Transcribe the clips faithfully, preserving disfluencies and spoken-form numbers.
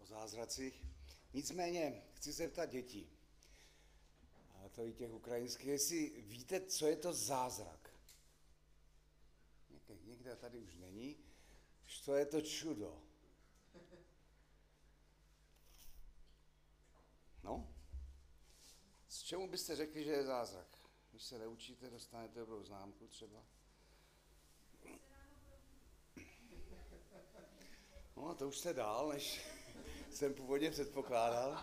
o zázracích. Nicméně chci se ptat dětí, a to i těch ukrajinských, jestli víte, co je to zázrak. Někde tady už není. Co je to čudo? No? Z čemu byste řekli, že je zázrak? Když se neučíte, dostanete dobrou známku třeba. No, to už jste dál, než jsem původně předpokládal.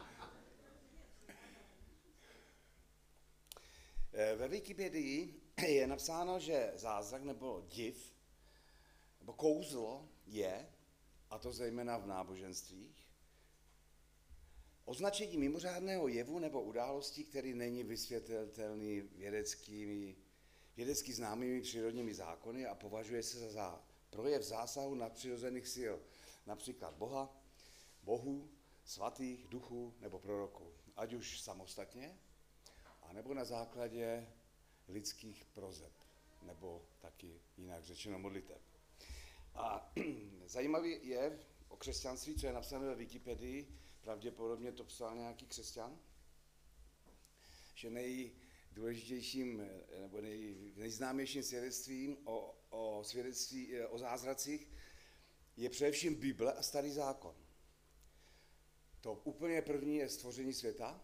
Ve Wikipedii je napsáno, že zázrak nebo div, nebo kouzlo je, a to zejména v náboženstvích, označení mimořádného jevu nebo události, který není vysvětlitelný vědeckými, vědecky známými přírodními zákony a považuje se za projev zásahu nadpřirozených sil, například Boha, bohů, svatých, duchů nebo proroků, ať už samostatně, anebo na základě lidských prozeb, nebo taky jinak řečeno modliteb. A zajímavý je o křesťanství, co je napsané ve Wikipedii, pravděpodobně to psal nějaký křesťan, že nejdůležitějším nebo nej, nejznámějším svědectvím o, o, svědectví, o zázracích je především Bible a Starý zákon. To úplně první je stvoření světa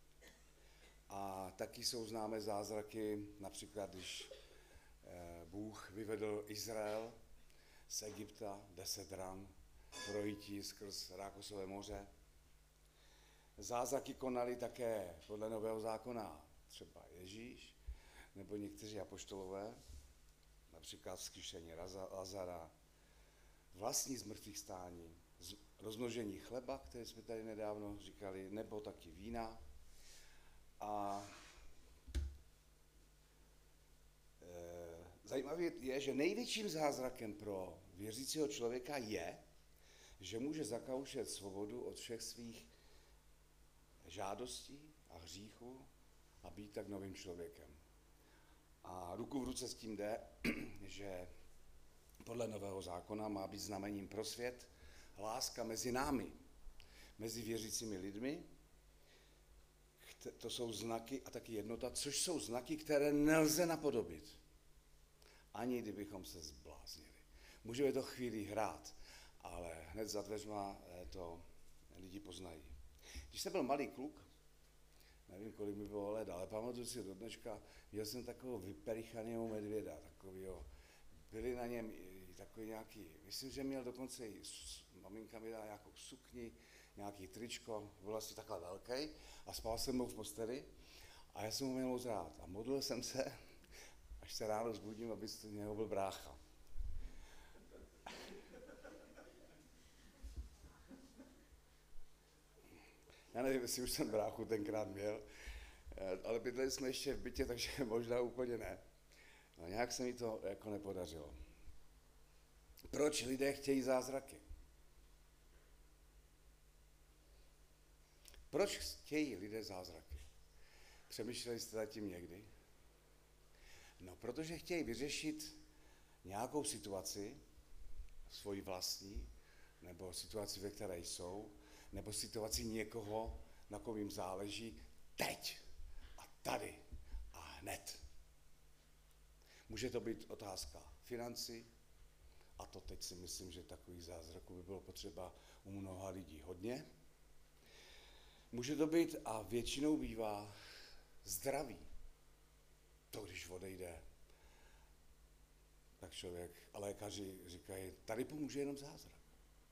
a taky jsou známé zázraky, například když Bůh vyvedl Izrael z Egypta, deset ran, projití skrz Rákosové moře. Zázraky konali také podle Nového zákona třeba Ježíš nebo někteří apoštolové, například vzkříšení Lazara, vlastní zmrtvých stání, rozmnožení chleba, které jsme tady nedávno říkali, nebo taky vína. A e, zajímavé je, že největším zázrakem pro věřícího člověka je, že může zakoušet svobodu od všech svých žádostí a hříchů a být tak novým člověkem. A ruku v ruce s tím jde, že podle Nového zákona má být znamením pro svět láska mezi námi, mezi věřícími lidmi. To jsou znaky a taky jednota, což jsou znaky, které nelze napodobit, ani kdybychom se zbláznili. Můžeme to chvíli hrát, ale hned za dveřma to lidi poznají. Když jsem byl malý kluk, nevím, kolik mi bylo let, ale pamatuju si do dneška, měl jsem takového vyperichaného medvěda, takovýho, byli na něm i takový nějaký, myslím, že měl dokonce i, maminka mi dala nějakou sukni, nějaký tričko, byl asi takhle velký a spal jsem mu v posteli a já jsem ho měl moc rád a modlil jsem se, až se ráno zbudím, aby z něho byl brácha. Já nevím, jestli už jsem bráchu tenkrát měl, ale bydleli jsme ještě v bytě, takže možná úplně ne. No, nějak se mi to jako nepodařilo. Proč lidé chtějí zázraky? Proč chtějí lidé zázraky? Přemýšleli jste nad tím někdy? No, protože chtějí vyřešit nějakou situaci, svoji vlastní, nebo situaci, ve které jsou, nebo situaci někoho, na kom jim záleží, teď a tady a hned. Může to být otázka financí, a to teď si myslím, že takových zázraků by bylo potřeba u mnoha lidí hodně. Může to být, a většinou bývá, zdraví. To, když odejde, tak člověk, a lékaři říkají, tady pomůže jenom zázrak.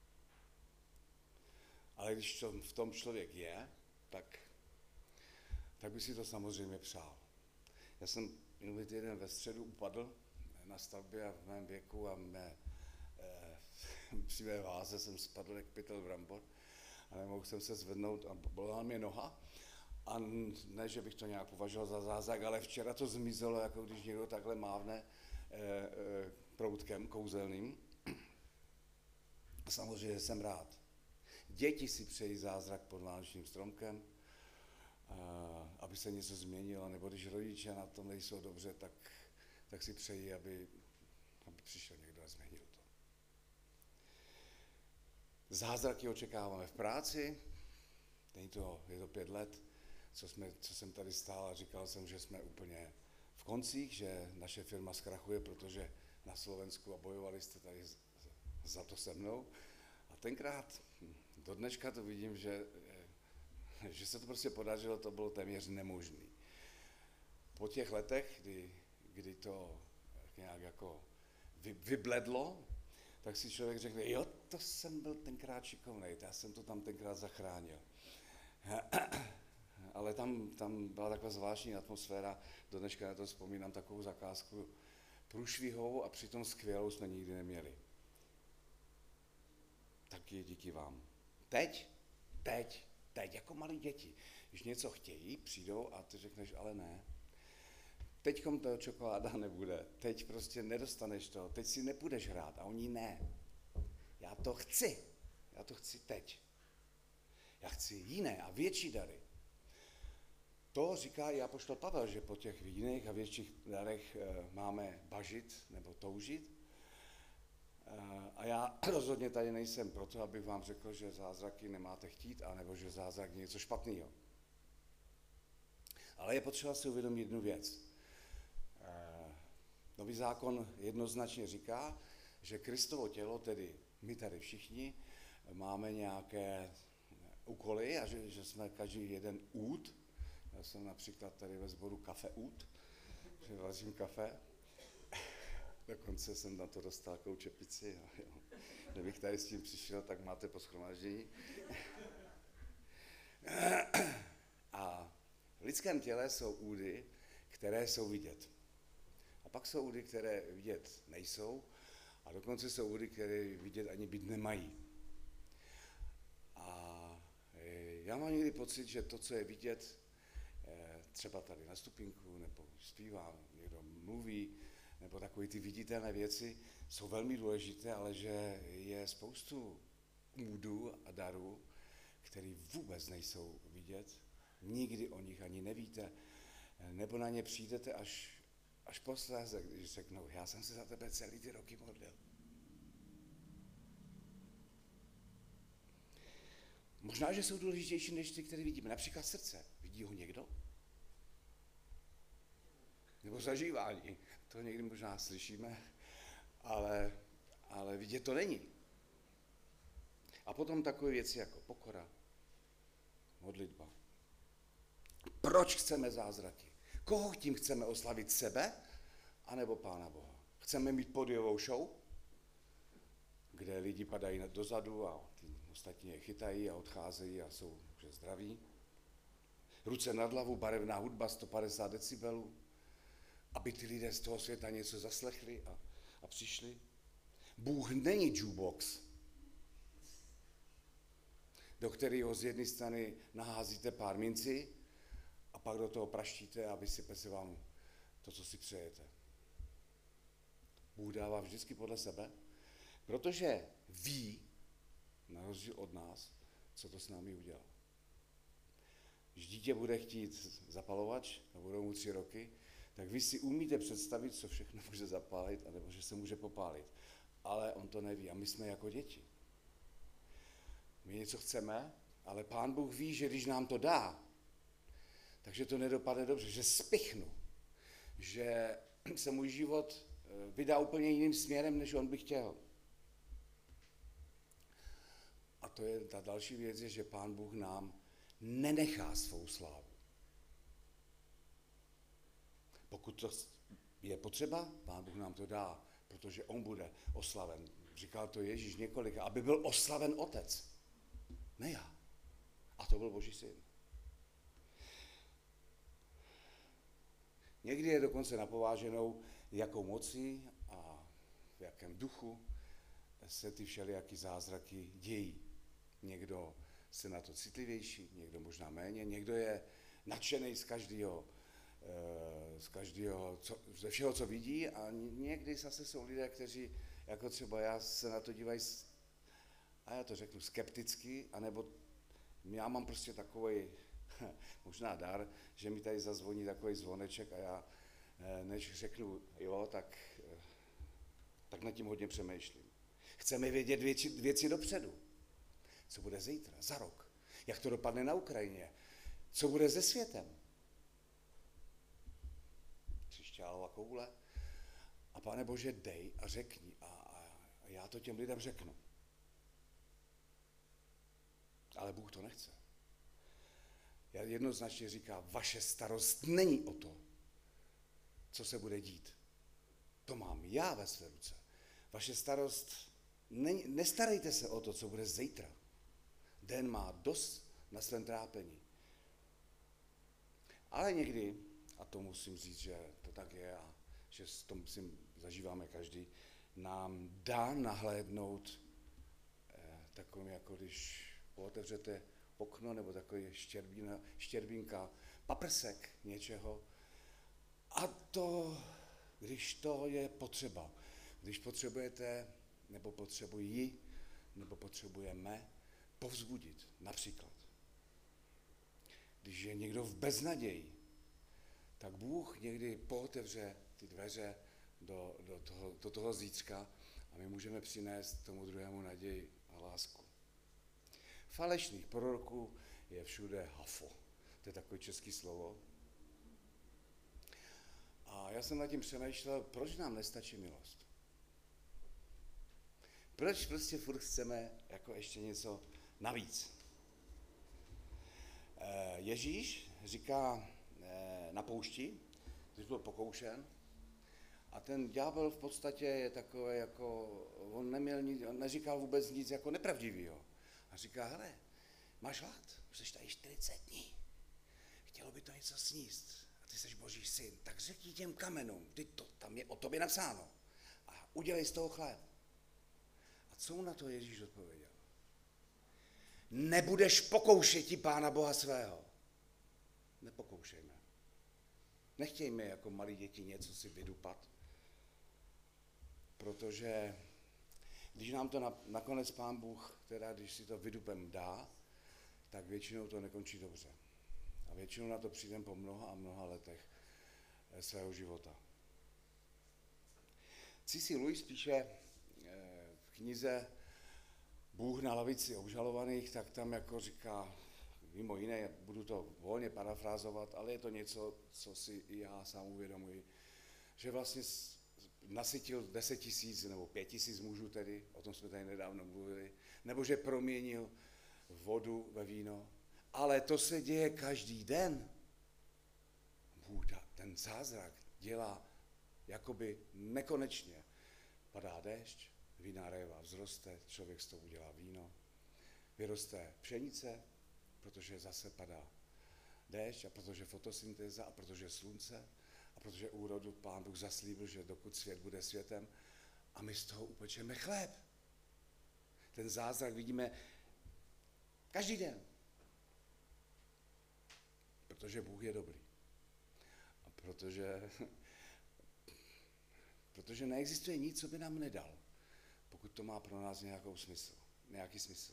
Ale když to v tom člověk je, tak, tak by si to samozřejmě přál. Já jsem minulý týden ve středu upadl na stavbě a v mém věku a mé, e, při mé váze jsem spadl jak pytel brambor a nemohl jsem se zvednout a bolela mě noha. A ne, že bych to nějak považoval za zázrak, ale včera to zmizelo, jako když někdo takhle mávne e, e, proutkem kouzelným. A samozřejmě jsem rád. Děti si přejí zázrak pod vánočním stromkem, aby se něco změnilo, nebo když rodiče na tom nejsou dobře, tak, tak si přejí, aby, aby přišel někdo a změnil to. Zázraky očekáváme v práci, není to, je to pět let, co, jsme, co jsem tady stál a říkal jsem, že jsme úplně v koncích, že naše firma zkrachuje, protože na Slovensku a bojovali jste tady za to se mnou. A tenkrát, do dneška to vidím, že, že se to prostě podařilo, to bylo téměř nemožné. Po těch letech, kdy, kdy to nějak jako vy, vybledlo, tak si člověk řekne, jo, to jsem byl tenkrát šikovnej, já jsem to tam tenkrát zachránil. Ale tam, tam byla taková zvláštní atmosféra, do dneška na to vzpomínám, takovou zakázku průšvihovou a přitom skvělou jsme nikdy neměli. Taky díky vám. Teď, teď, teď, jako malí děti. Když něco chtějí, přijdou a ty řekneš, ale ne. Teďkom to čokoláda nebude, teď prostě nedostaneš to, teď si nepůjdeš hrát a oni ne. Já to chci, já to chci teď. Já chci jiné a větší dary. To říká i apoštol Pavel, že po těch jiných a větších darech máme bažit nebo toužit. A já rozhodně tady nejsem proto, abych vám řekl, že zázraky nemáte chtít, anebo že zázrak je něco špatného. Ale je potřeba si uvědomit jednu věc. Nový zákon jednoznačně říká, že Kristovo tělo, tedy my tady všichni, máme nějaké úkoly a že, že jsme každý jeden út. Já jsem například tady ve sboru kafe út, že vařím kafe. Dokonce jsem na to dostal takovou čepici. No, jo. Kdybych tady s tím přišel, tak máte po shromáždění. A v lidském těle jsou údy, které jsou vidět. A pak jsou údy, které vidět nejsou. A dokonce jsou údy, které vidět ani být nemají. A já mám někdy pocit, že to, co je vidět, třeba tady na stupínku, nebo zpívá, někdo mluví, nebo takové ty viditelné věci, jsou velmi důležité, ale že je spoustu údů a darů, které vůbec nejsou vidět, nikdy o nich ani nevíte, nebo na ně přijdete až, až posléze, když řeknou, já jsem se za tebe celý ty roky modlil. Možná, že jsou důležitější než ty, které vidíme. Například srdce. Vidí ho někdo? Nebo zažívání. To někdy možná slyšíme, ale, ale vidět to není. A potom takové věci jako pokora, modlitba. Proč chceme zázraky? Koho tím chceme oslavit? Sebe? Anebo Pána Boha? Chceme mít podiovou show, kde lidi padají dozadu a ty ostatní je chytají a odcházejí a jsou že zdraví. Ruce nad hlavu, barevná hudba, sto padesát decibelů, aby ty lidé z toho světa něco zaslechli a, a přišli. Bůh není jukebox, do kterého z jedné strany naházíte pár minci a pak do toho praštíte a vysype se vám to, co si přejete. Bůh dává vždycky podle sebe, protože ví, na rozdíl od nás, co to s námi udělá. Když dítě bude chtít zapalovač a budou mu tři roky, tak vy si umíte představit, co všechno může zapálit, anebo že se může popálit. Ale on to neví a my jsme jako děti. My něco chceme, ale Pán Bůh ví, že když nám to dá, takže to nedopadne dobře, že spichnu, že se můj život vydá úplně jiným směrem, než on by chtěl. A to je ta další věc, je, že Pán Bůh nám nenechá svou slávu. Pokud to je potřeba, Pán Bůh nám to dá, protože on bude oslaven. Říkal to Ježíš několika, aby byl oslaven Otec. Ne já. A to byl Boží syn. Někdy je dokonce napováženou, jakou mocí a v jakém duchu se ty všelijaký zázraky dějí. Někdo se na to citlivější, někdo možná méně, někdo je nadšený z každého, z každého, co, ze všeho, co vidí, a někdy zase jsou lidé, kteří, jako třeba já, se na to dívají, a já to řeknu, skepticky, anebo já mám prostě takový možná dar, že mi tady zazvoní takový zvoneček a já, než řeknu jo, tak, tak nad tím hodně přemýšlím. Chceme vědět věci, věci dopředu. Co bude zítra, za rok? Jak to dopadne na Ukrajině? Co bude se světem? Křišťálova koule. A Pane Bože, dej a řekni. A, a, a já to těm lidem řeknu. Ale Bůh to nechce. Já jednoznačně říká, vaše starost není o to, co se bude dít. To mám já ve své ruce. Vaše starost, není, nestarejte se o to, co bude zítra. Den má dost na svém trápení. Ale někdy, a to musím říct, že to tak je a že to musím, zažíváme každý, nám dá nahlédnout eh, takovým, jako když otevřete okno nebo takový štěrbína, štěrbínka, paprsek něčeho. A to, když to je potřeba, když potřebujete, nebo potřebují, nebo potřebujeme povzbudit, například. Když je někdo v beznaději, tak Bůh někdy pootevře ty dveře do, do, toho, do toho zítřka a my můžeme přinést tomu druhému naději a lásku. Falešných proroků je všude hafo. To je takové české slovo. A já jsem nad tím přemýšlel, proč nám nestačí milost. Proč prostě furt chceme jako ještě něco navíc. Ježíš říká na poušti, když byl pokoušen, a ten ďábel v podstatě je takový jako, on neměl nic, on neříkal vůbec nic jako nepravdivýho. A říká, hele, máš hlad, už jsi tady čtyřicet dní, chtělo by to něco sníst a ty jsi Boží syn, tak řekni těm kamenům, ty to, tam je o tobě napsáno a udělej z toho chléb. A co mu na to Ježíš odpověděl? Nebudeš pokoušeti Pána Boha svého. Nepokoušejme. Nechtějme jako malí děti něco si vydupat, protože když nám to na, nakonec Pán Bůh, teda když si to vydupem dá, tak většinou to nekončí dobře. A většinou na to přijdeme po mnoha a mnoha letech svého života. C C Lewis píše v knize Bůh na lavici obžalovaných, tak tam jako říká, mimo jiné, budu to volně parafrázovat, ale je to něco, co si i já sám uvědomuji, že vlastně nasytil deset tisíc nebo pět tisíc mužů tedy, o tom jsme tady nedávno mluvili, nebo že proměnil vodu ve víno, ale to se děje každý den. Bůh ten zázrak dělá jakoby nekonečně. Padá déšť, vinná réva vzroste, člověk z toho udělá víno, vyroste pšenice, protože zase padá déšť a protože fotosyntéza a protože slunce a protože úrodu Pán Bůh zaslíbil, že dokud svět bude světem a my z toho upečeme chléb. Ten zázrak vidíme každý den. Protože Bůh je dobrý. A protože, protože neexistuje nic, co by nám nedal, pokud to má pro nás nějakou smysl, nějaký smysl.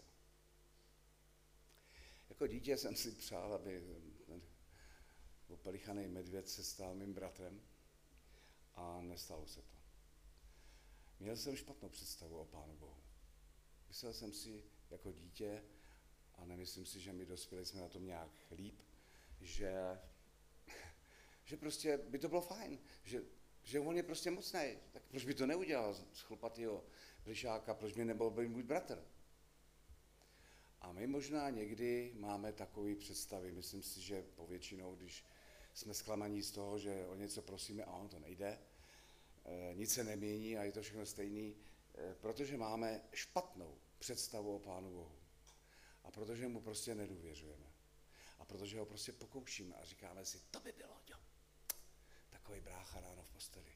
Jako dítě jsem si přál, aby ten opelichaný medvěd se stal mým bratrem a nestalo se to. Měl jsem špatnou představu o Pánu Bohu. Myslel jsem si jako dítě, a nemyslím si, že my dospěli jsme na tom nějak líp, že, že prostě by to bylo fajn, že, že on je prostě mocnej, tak proč by to neudělal z chlupatýho plišáka, proč by nebyl by můj bratr. A my možná někdy máme takové představy, myslím si, že povětšinou, když jsme zklamaní z toho, že o něco prosíme a on to nejde, e, nic se nemění a je to všechno stejný, e, protože máme špatnou představu o Pánu Bohu. A protože mu prostě nedůvěřujeme. A protože ho prostě pokoušíme a říkáme si, to by bylo, jo, takový brácha ráno v posteli.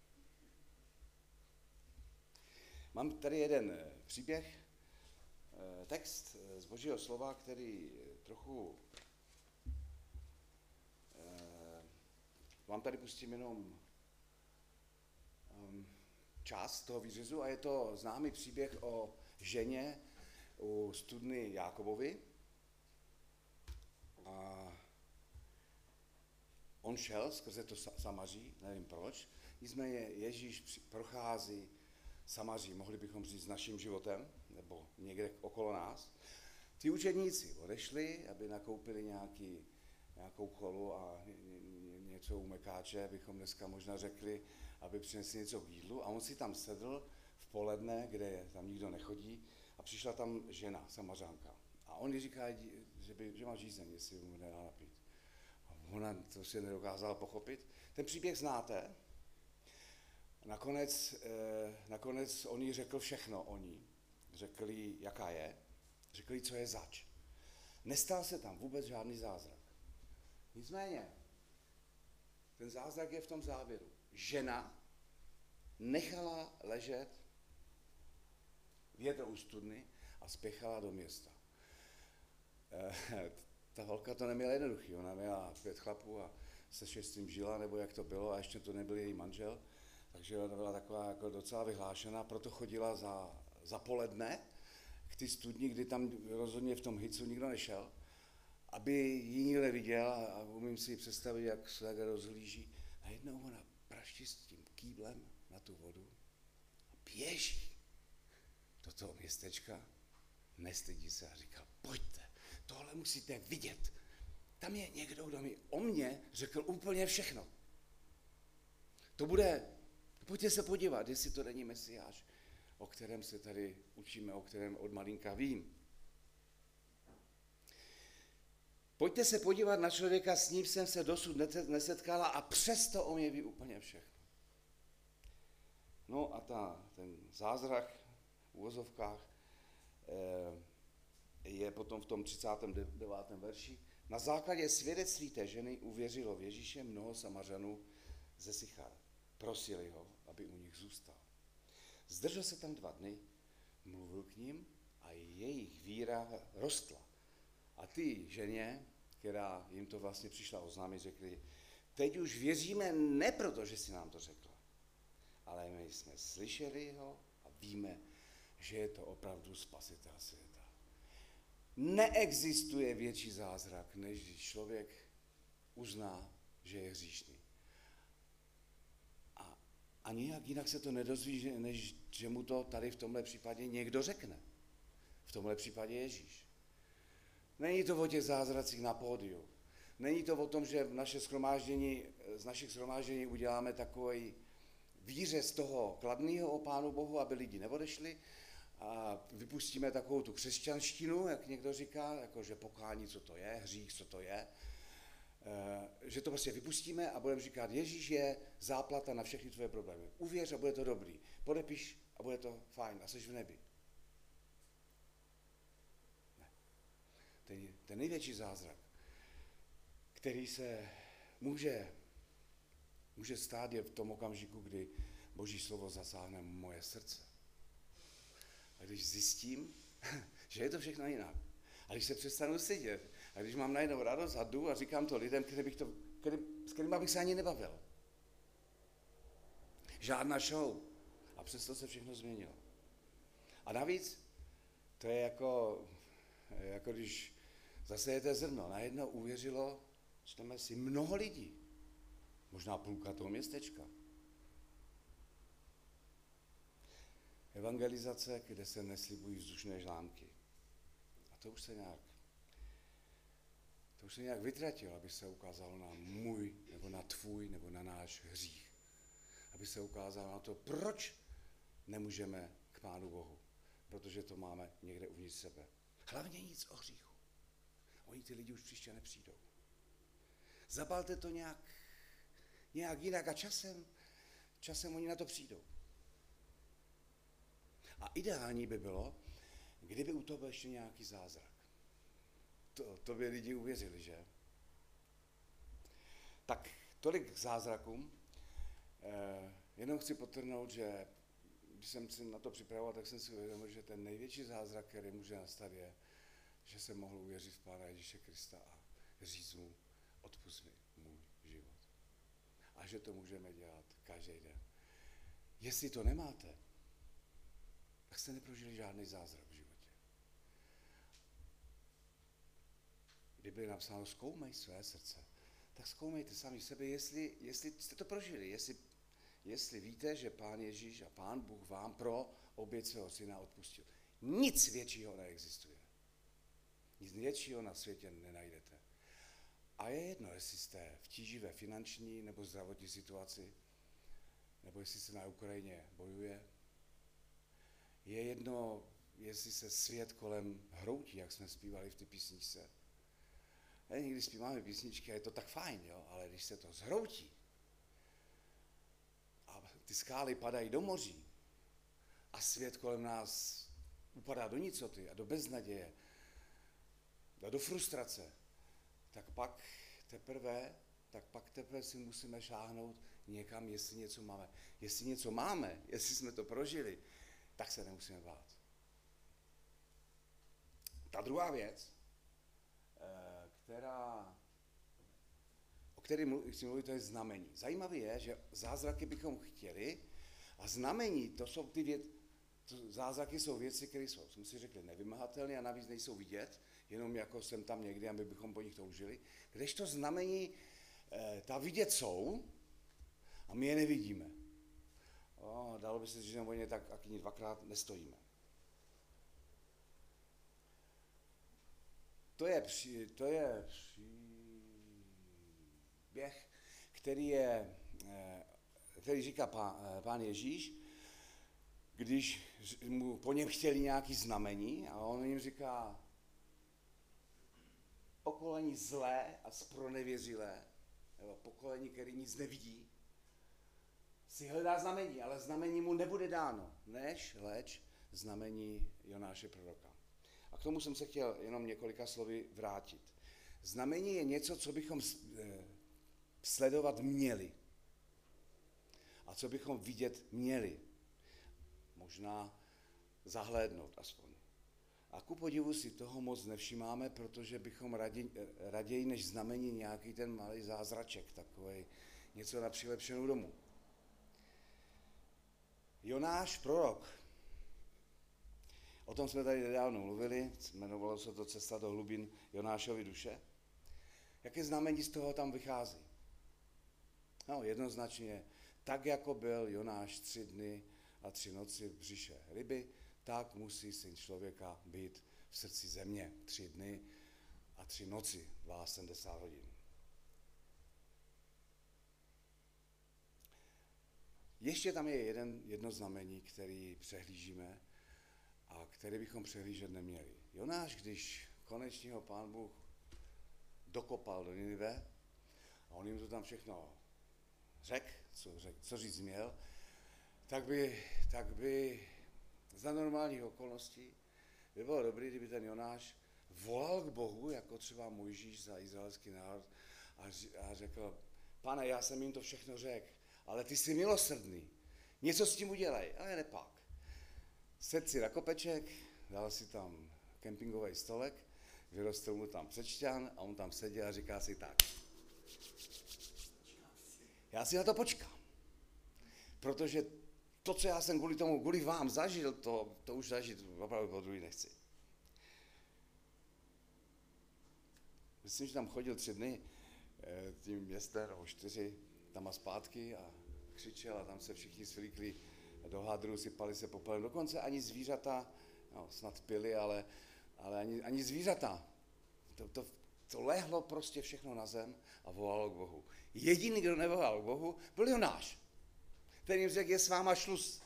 Mám tady jeden příběh, text z Božího slova, který trochu, vám tady pustím jenom část toho výřezu a je to známý příběh o ženě u studny Jákobovi. A on šel skrze to Samaří, nevím proč, nicméně Ježíš prochází Samaří, mohli bychom říct, s naším životem, nebo někde okolo nás. Ty učedníci odešli, aby nakoupili nějaký, nějakou kolu a něco u mekáče, bychom dneska možná řekli, aby přinesli něco k jídlu. A on si tam sedl v poledne, kde tam nikdo nechodí, a přišla tam žena, Samařánka. A on jí říká, že, by, že má žízeň, jestli mu nedá napít. A ona to si nedokázala pochopit. Ten příběh znáte. Nakonec, eh, nakonec on jí řekl všechno o ní. Řekl jí, jaká je. Řekl jí, co je zač. Nestal se tam vůbec žádný zázrak. Nicméně, ten zázrak je v tom závěru. Žena nechala ležet větr u studny a spěchala do města. E, ta holka to neměla jednoduchý, ona měla pět chlapů a se šestým žila, nebo jak to bylo, a ještě to nebyl její manžel, takže ona byla taková jako docela vyhlášená, proto chodila za, za poledne k ty studni, kdy tam rozhodně v tom hycu nikdo nešel, aby ji nikdo neviděl, a umím si představit, jak se tak rozhlíží. Najednou ona praští s tím kýblem na tu vodu a běží do toho městečka, nestydí se a říká, pojďte, tohle musíte vidět. Tam je někdo, kdo mi o mně řekl úplně všechno. To bude, pojďte se podívat, jestli to není Mesiáš, o kterém se tady učíme, o kterém od malinka vím. Pojďte se podívat na člověka, s ním jsem se dosud nesetkala a přesto o mě ví úplně všechno. No a ta, ten zázrak v uvozovkách je potom v tom třicátém devátém verši. Na základě svědectví té ženy uvěřilo v Ježíše mnoho Samařanů ze Sichar. Prosili ho, aby u nich zůstal. Zdržel se tam dva dny, mluvil k ním a jejich víra rostla. A ty ženě, která jim to vlastně přišla oznámit, řekli, teď už věříme ne proto, že si nám to řekla, ale my jsme slyšeli ho a víme, že je to opravdu spasitel světa. Neexistuje větší zázrak, než když člověk uzná, že je hříšný. A, a nějak jinak se to nedozví, než že mu to tady v tomhle případě někdo řekne. V tomhle případě Ježíš. Není to o těch zázracích na pódiu. Není to o tom, že v naše shromáždění, z našich shromáždění uděláme takový výřez toho kladného o Pánu Bohu, aby lidi neodešli, a vypustíme takovou tu křesťanštinu, jak někdo říká, jako že pokání, co to je, hřích, co to je, e, že to prostě vypustíme a budeme říkat, Ježíš je záplata na všechny tvoje problémy. Uvěř a bude to dobrý. Podepiš a bude to fajn a jsi v nebi. Ne. Ten, ten největší zázrak, který se může, může stát, je v tom okamžiku, kdy Boží slovo zasáhne moje srdce. A když zjistím, že je to všechno jinak, a když se přestanu sedět, a když mám najednou radost a jdu a říkám to lidem, který bych to, který, s kterými bych se ani nebavil. Žádná show. A přesto se všechno změnilo. A navíc, to je jako, jako když zasejete zrno. Najednou uvěřilo, čteme si, mnoho lidí. Možná půlka toho městečka. Evangelizace, kde se neslibují vzdušné žlámky. A to už se nějak, to už se nějak vytratilo, aby se ukázalo na můj, nebo na tvůj, nebo na náš hřích. Aby se ukázalo na to, proč nemůžeme k Pánu Bohu. Protože to máme někde uvnitř sebe. Hlavně nic o hříchu. Oni ty lidi už příště nepřijdou. Zabalte to nějak, nějak jinak a časem, časem oni na to přijdou. A ideální by bylo, kdyby u toho byl ještě nějaký zázrak. To, to by lidi uvěřili, že? Tak tolik k zázrakům. Eh, jenom chci podtrhnout, že když jsem si na to připravoval, tak jsem si uvědomil, že ten největší zázrak, který může nastat, je, že jsem mohl uvěřit v Pána Ježíše Krista a říct mu, odpusť mi můj život. A že to můžeme dělat každý den. Jestli to nemáte, tak jste neprožili žádný zázrak v životě. Kdyby napsáno, zkoumej své srdce, tak zkoumejte sami sebe, jestli, jestli jste to prožili, jestli, jestli víte, že Pán Ježíš a Pán Bůh vám pro oběť svého syna odpustil. Nic většího neexistuje. Nic většího na světě nenajdete. A je jedno, jestli jste v tíživé finanční nebo zdravotní situaci, nebo jestli se na Ukrajině bojuje. Je jedno, jestli se svět kolem hroutí, jak jsme zpívali v té písničce. Ne, někdy zpíváme písničky a je to tak fajn, jo? Ale když se to zhroutí a ty skály padají do moří a svět kolem nás upadá do nicoty a do beznaděje a do frustrace, tak pak teprve, tak pak teprve si musíme šáhnout někam, jestli něco máme. Jestli něco máme, jestli jsme to prožili, tak se nemusíme bát. Ta druhá věc, která, o které chci mluvit, to je znamení. Zajímavé je, že zázraky bychom chtěli a znamení, to jsou ty věci, zázraky jsou věci, které jsou, jsme si řekli, nevymahatelné a navíc nejsou vidět, jenom jako jsem tam někdy, aby bychom po nich toužili. Kdežto znamení, ta vidět jsou a my je nevidíme. O, dalo by se říct, že o ně tak ani dvakrát nestojíme. To je, to je příběh, který, je, který říká pán, pán Ježíš, když mu po něm chtěli nějaké znamení a on jim říká, pokolení zlé a zpronevěřilé, nebo pokolení, který nic nevidí, si hledá znamení, ale znamení mu nebude dáno, než leč znamení Jonáše proroka. A k tomu jsem se chtěl jenom několika slovy vrátit. Znamení je něco, co bychom sledovat měli. A co bychom vidět měli. Možná zahlédnout aspoň. A ku podivu si toho moc nevšimáme, protože bychom raději, raději než znamení nějaký ten malý zázraček, takový něco na přilepšenou domů. Jonáš prorok, o tom jsme tady nedávno mluvili, jmenovalo se to Cesta do hlubin Jonášovy duše. Jaké znamení z toho tam vychází? No, jednoznačně, tak jako byl Jonáš tři dny a tři noci v břiše ryby, tak musí syn člověka být v srdci země tři dny a tři noci, sedmdesát dva hodin. Ještě tam je jeden, jedno znamení, který přehlížíme a který bychom přehlížet neměli. Jonáš, když konečně ho Pán Bůh dokopal do Ninive a on jim to tam všechno řekl, co, řek, co říct měl, tak by, tak by za normálních okolností by bylo dobré, kdyby ten Jonáš volal k Bohu, jako třeba Mojžíš za izraelský národ a řekl, Pane, já jsem jim to všechno řekl, ale ty jsi milosrdný, něco s tím udělej, ale nepak. Sedl si na kopeček, dal si tam kempingový stolek, vyrostl mu tam předšťan a on tam seděl a říká si tak. Já si na to počkám, protože to, co já jsem kvůli tomu, kvůli vám zažil, to, to už zažít opravdu po druhý nechci. Myslím, že tam chodil tři dny tím městem, o čtyři tam a zpátky a křičel a tam se všichni svlíkli do hádru, sypali se popelem. Dokonce ani zvířata, no snad pili, ale, ale ani, ani zvířata. To, to, to lehlo prostě všechno na zem a volalo k Bohu. Jediný, kdo nevolal k Bohu, byl Jonáš, který jim řekl, je s váma šluz.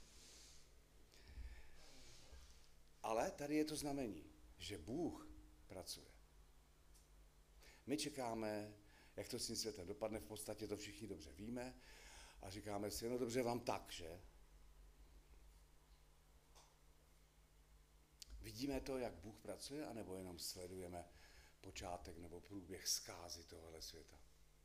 Ale tady je to znamení, že Bůh pracuje. My čekáme, jak to s tím světem dopadne, v podstatě to všichni dobře víme a říkáme si, no dobře vám tak, že? Vidíme to, jak Bůh pracuje, anebo jenom sledujeme počátek nebo průběh zkázy tohohle světa?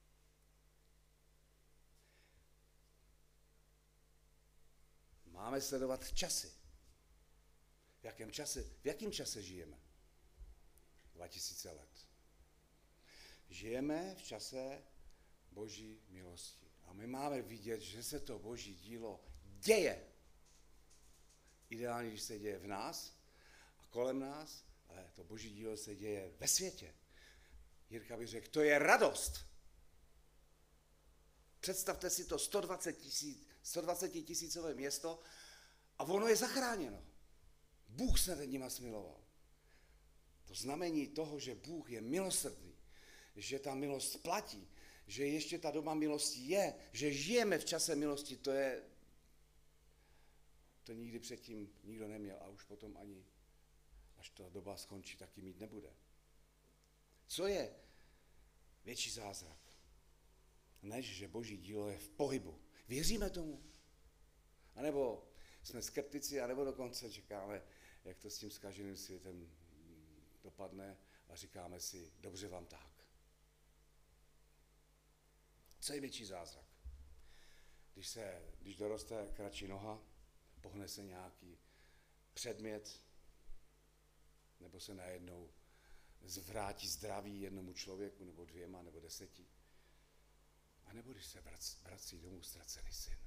Máme sledovat časy. V jakém čase, v jakém čase žijeme? Dva tisíce let. Žijeme v čase Boží milosti. A my máme vidět, že se to Boží dílo děje. Ideálně, když se děje v nás a kolem nás, ale to Boží dílo se děje ve světě. Jirka by řekl, to je radost. Představte si to sto dvacet tisícové město a ono je zachráněno. Bůh se nad nima smiloval. To znamení toho, že Bůh je milosrdný, že ta milost platí, že ještě ta doba milosti je, že žijeme v čase milosti, to je, to nikdy předtím nikdo neměl a už potom ani, až ta doba skončí, taky mít nebude. Co je větší zázrak, než že Boží dílo je v pohybu? Věříme tomu? A nebo jsme skeptici, anebo dokonce čekáme, jak to s tím zkaženým světem dopadne a říkáme si, dobře vám tak. Co je větší zázrak? Když, se, když doroste kratší noha, pohne se nějaký předmět, nebo se najednou zvrátí zdraví jednomu člověku, nebo dvěma, nebo deseti. A nebo když se vrací domů ztracený syn.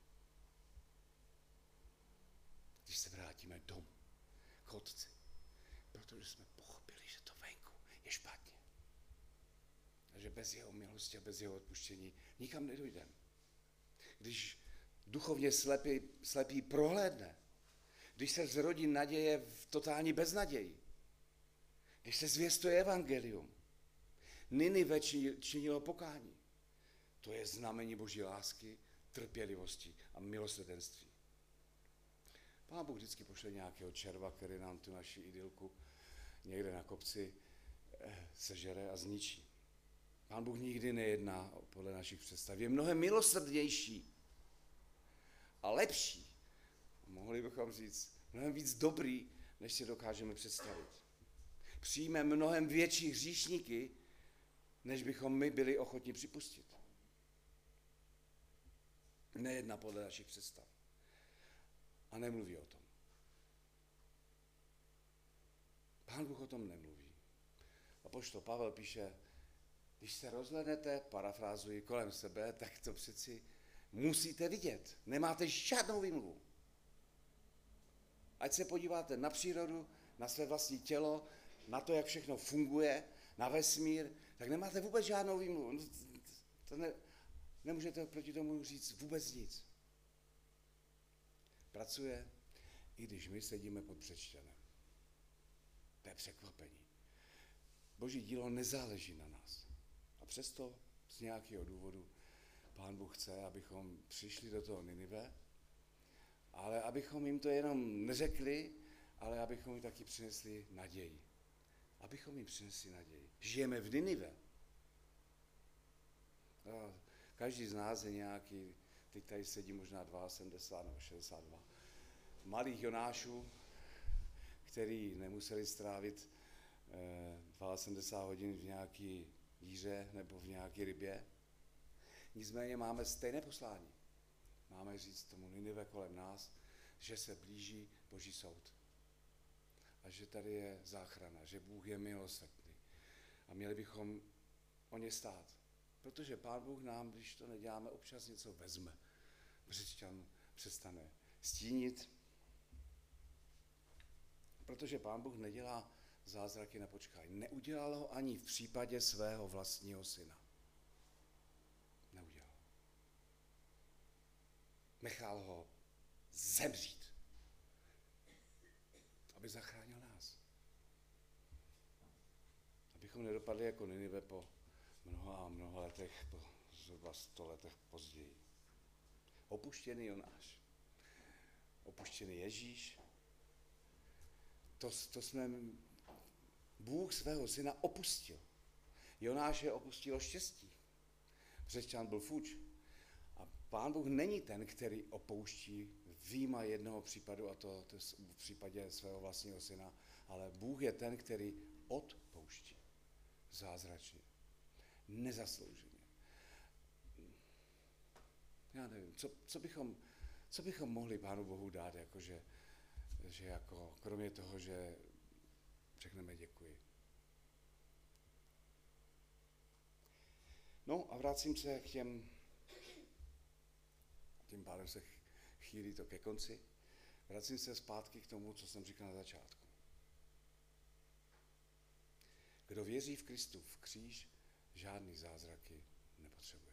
Když se vrátíme domů k otci, protože jsme pochopili, že to venku je špatně. A že bez jeho milosti a bez jeho odpuštění nikam nedojdeme. Když duchovně slepý, slepý prohlédne, když se zrodí naděje v totální beznaději, když se zvěstuje evangelium, Ninive činilo pokání. To je znamení Boží lásky, trpělivosti a milosrdenství. Pán Bůh vždycky pošle nějakého červa, který nám tu naši idylku někde na kopci sežere a zničí. Pán Bůh nikdy nejedná podle našich představ. Je mnohem milosrdnější a lepší. Mohli bychom říct, mnohem víc dobrý, než si dokážeme představit. Přijme mnohem větší hříšníky, než bychom my byli ochotni připustit. Nejedná podle našich představ. A nemluví o tom. Pán Bůh o tom nemluví. Apoštol Pavel píše, když se rozhlednete, parafrázuji, kolem sebe, tak to přeci musíte vidět. Nemáte žádnou výmluvu. Ať se podíváte na přírodu, na své vlastní tělo, na to, jak všechno funguje, na vesmír, tak nemáte vůbec žádnou výmluvu. To ne, nemůžete proti tomu říct vůbec nic. Pracuje, i když my sedíme pod předštěnem. To je překvapení. Boží dílo nezáleží na nás. A přesto z nějakého důvodu Pán Bůh chce, abychom přišli do toho Ninive, ale abychom jim to jenom neřekli, ale abychom jim taky přinesli naději. Abychom jim přinesli naději. Žijeme v Ninive. A každý z nás je nějaký, teď tady sedí možná sedmdesát dva nebo šedesát dva, malých Jonášů, který nemuseli strávit eh, sedmdesát dva hodin v nějaký díře nebo v nějaké rybě. Nicméně máme stejné poslání. Máme říct tomu Ninive kolem nás, že se blíží Boží soud. A že tady je záchrana, že Bůh je milosrdný. A měli bychom o ně stát. Protože Pán Bůh nám, když to neděláme, občas něco vezme. Břečťan přestane stínit. Protože Pán Bůh nedělá zázraky na počkání. Neudělal ho ani v případě svého vlastního syna. Neudělal. Nechal ho zemřít, aby zachránil nás. Abychom nedopadli jako Ninive po mnoha a mnoha letech, po zhruba sto letech později. Opuštěný Jonáš, opuštěný Ježíš, to, to jsme, Bůh svého syna opustil. Jonáše opustilo štěstí. Řečťan byl fuč. A Pán Bůh není ten, který opouští výjima jednoho případu, a to, to v případě svého vlastního syna, ale Bůh je ten, který odpouští. Zázračně. Nezaslouženě. Já nevím, co, co, bychom, co bychom mohli Pánu Bohu dát, jakože, že jako, kromě toho, že řekneme děkuji. No a vracím se k těm, tím pádem se chýlí to ke konci, vracím se zpátky k tomu, co jsem říkal na začátku. Kdo věří v Kristův kříž, žádný zázraky nepotřebuje.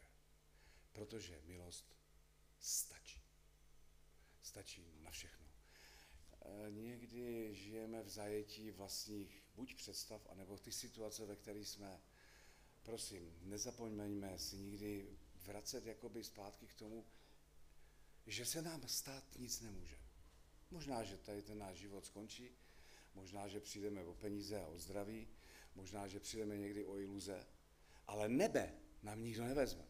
Protože milost stačí. Stačí na všechno. někdy žijeme v zajetí vlastních buď představ, anebo ty situace, ve kterých jsme. Prosím, nezapomeňme si nikdy vracet jakoby zpátky k tomu, že se nám stát nic nemůže. Možná, že tady ten náš život skončí, možná, že přijdeme o peníze a o zdraví, možná, že přijdeme někdy o iluze, ale nebe nám nikdo nevezme.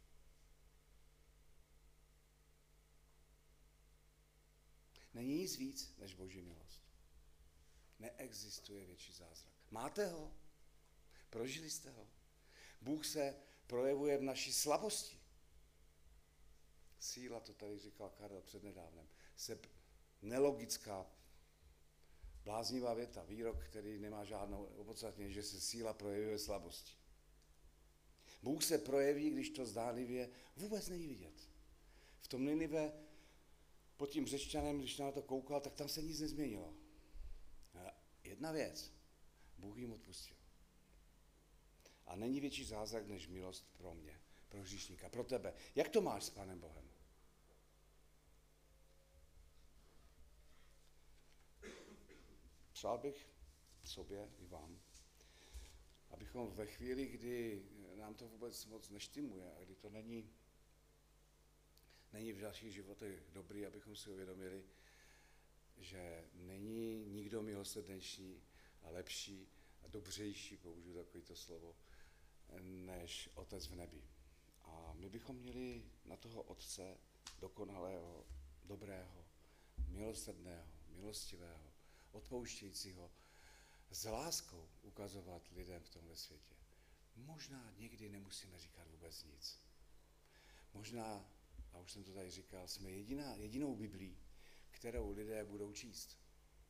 Není nic víc než Boží milost. Neexistuje větší zázrak. Máte ho? Prožili jste ho? Bůh se projevuje v naší slabosti. Síla, to tady říkal Karel přednedávnem, se nelogická, bláznivá věta, výrok, který nemá žádnou opodstatnění, že se síla projevuje v slabosti. Bůh se projeví, když to zdánlivě vůbec není vidět. V tom Ninive pod tím Řečťanem, když na to koukal, tak tam se nic nezměnilo. A jedna věc, Bůh jim odpustil. A není větší zázrak než milost pro mě, pro hříšníka, pro tebe. Jak to máš s Pánem Bohem? Přál bych sobě i vám, abychom ve chvíli, kdy nám to vůbec moc neštimuje a kdy to není, není v našich životech dobrý, abychom si uvědomili, že není nikdo milosrdnější a lepší a dobřejší, použiju takovýto slovo, než Otec v nebi. A my bychom měli na toho Otce dokonalého, dobrého, milosrdného, milostivého, odpouštějícího, s láskou ukazovat lidem v tomhle světě. Možná někdy nemusíme říkat vůbec nic. Možná, a už jsem to tady říkal, jsme jediná, jedinou Biblí, kterou lidé budou číst.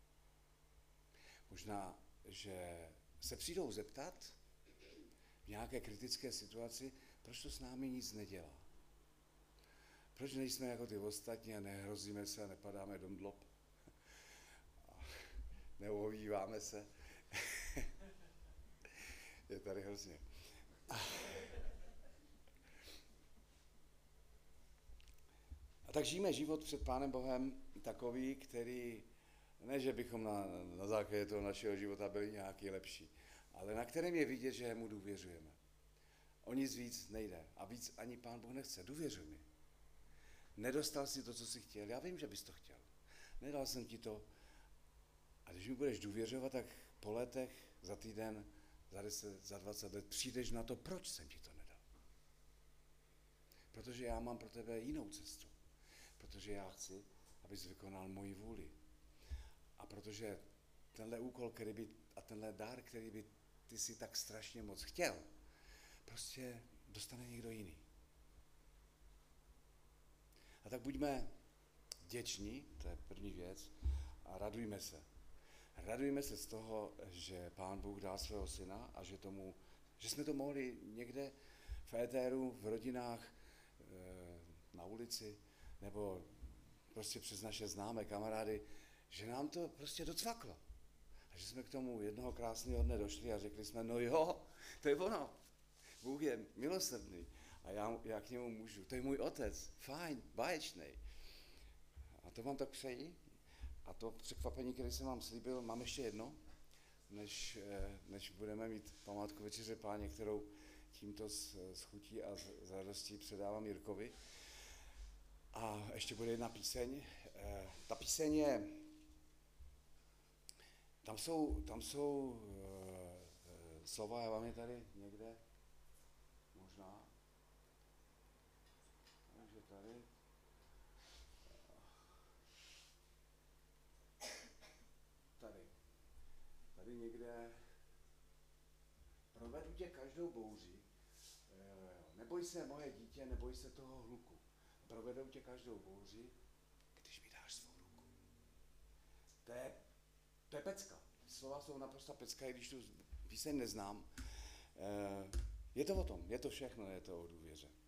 Možná, že se přijdou zeptat v nějaké kritické situaci, proč to s námi nic nedělá. Proč nejsme jako ty ostatní a nehrozíme se a nepadáme do mdlob. Neuhovíváme se. Je tady hrozně. A tak žijeme život před Pánem Bohem takový, který, ne, že bychom na, na základě toho našeho života byli nějaký lepší, ale na kterém je vidět, že mu důvěřujeme. O nic víc nejde a víc ani Pán Bůh nechce. Důvěřuj mi. Nedostal jsi to, co jsi chtěl. Já vím, že bys to chtěl. Nedal jsem ti to. A když mi budeš důvěřovat, tak po letech, za týden, za deset, za dvacet let přijdeš na to, proč jsem ti to nedal. Protože já mám pro tebe jinou cestu. Protože já chci, abys vykonal moji vůli. A protože tenhle úkol, který by, a tenhle dár, který by ty si tak strašně moc chtěl, prostě dostane někdo jiný. A tak buďme vděční, to je první věc, a radujme se. Radujme se z toho, že Pán Bůh dal svého syna a že, tomu, že jsme to mohli někde v éteru, v rodinách, na ulici, nebo prostě přes naše známé kamarády, že nám to prostě docvaklo. A že jsme k tomu jednoho krásného dne došli a řekli jsme, no jo, to je ono. Bůh je milosrdný a já, já k němu můžu. To je můj otec, fajn, báječnej. A to vám tak přeji. A to překvapení, které jsem vám slíbil, mám ještě jedno, než, než budeme mít památku Večeře Páně, kterou tímto s, s chutí a s, s radostí předávám Jirkovi. A ještě bude jedna píseň. E, ta píseň je, tam jsou, tam jsou e, slova, já vám je tady někde, možná, takže tady. Tady. Tady někde. Provedu tě každou bouři. E, neboj se, moje dítě, neboj se toho hluku. Provedou tě každou bouři, když mi dáš svou ruku. To je, to je pecka. Slova jsou naprosto pecka, i když tu píseň neznám. E, je to o tom, je to všechno, je to o důvěře. E,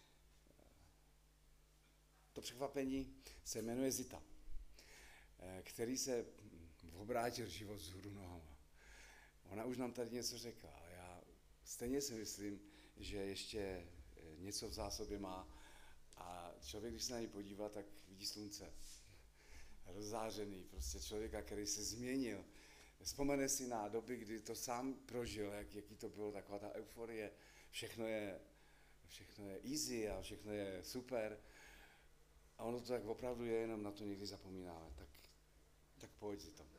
to překvapení se jmenuje Zita, e, který se obrátil život vzhůru nohama. Ona už nám tady něco řekla a já stejně si myslím, že ještě něco v zásobě má. A člověk, když se na ní podívá, tak vidí slunce. rozzářený, prostě člověka, který se změnil. Vzpomene si na doby, kdy to sám prožil, jak, jaký to bylo, taková ta euforie, všechno je, všechno je easy a všechno je super. A ono to tak opravdu je, jenom na to někdy zapomínáme. Tak, tak pojď si to.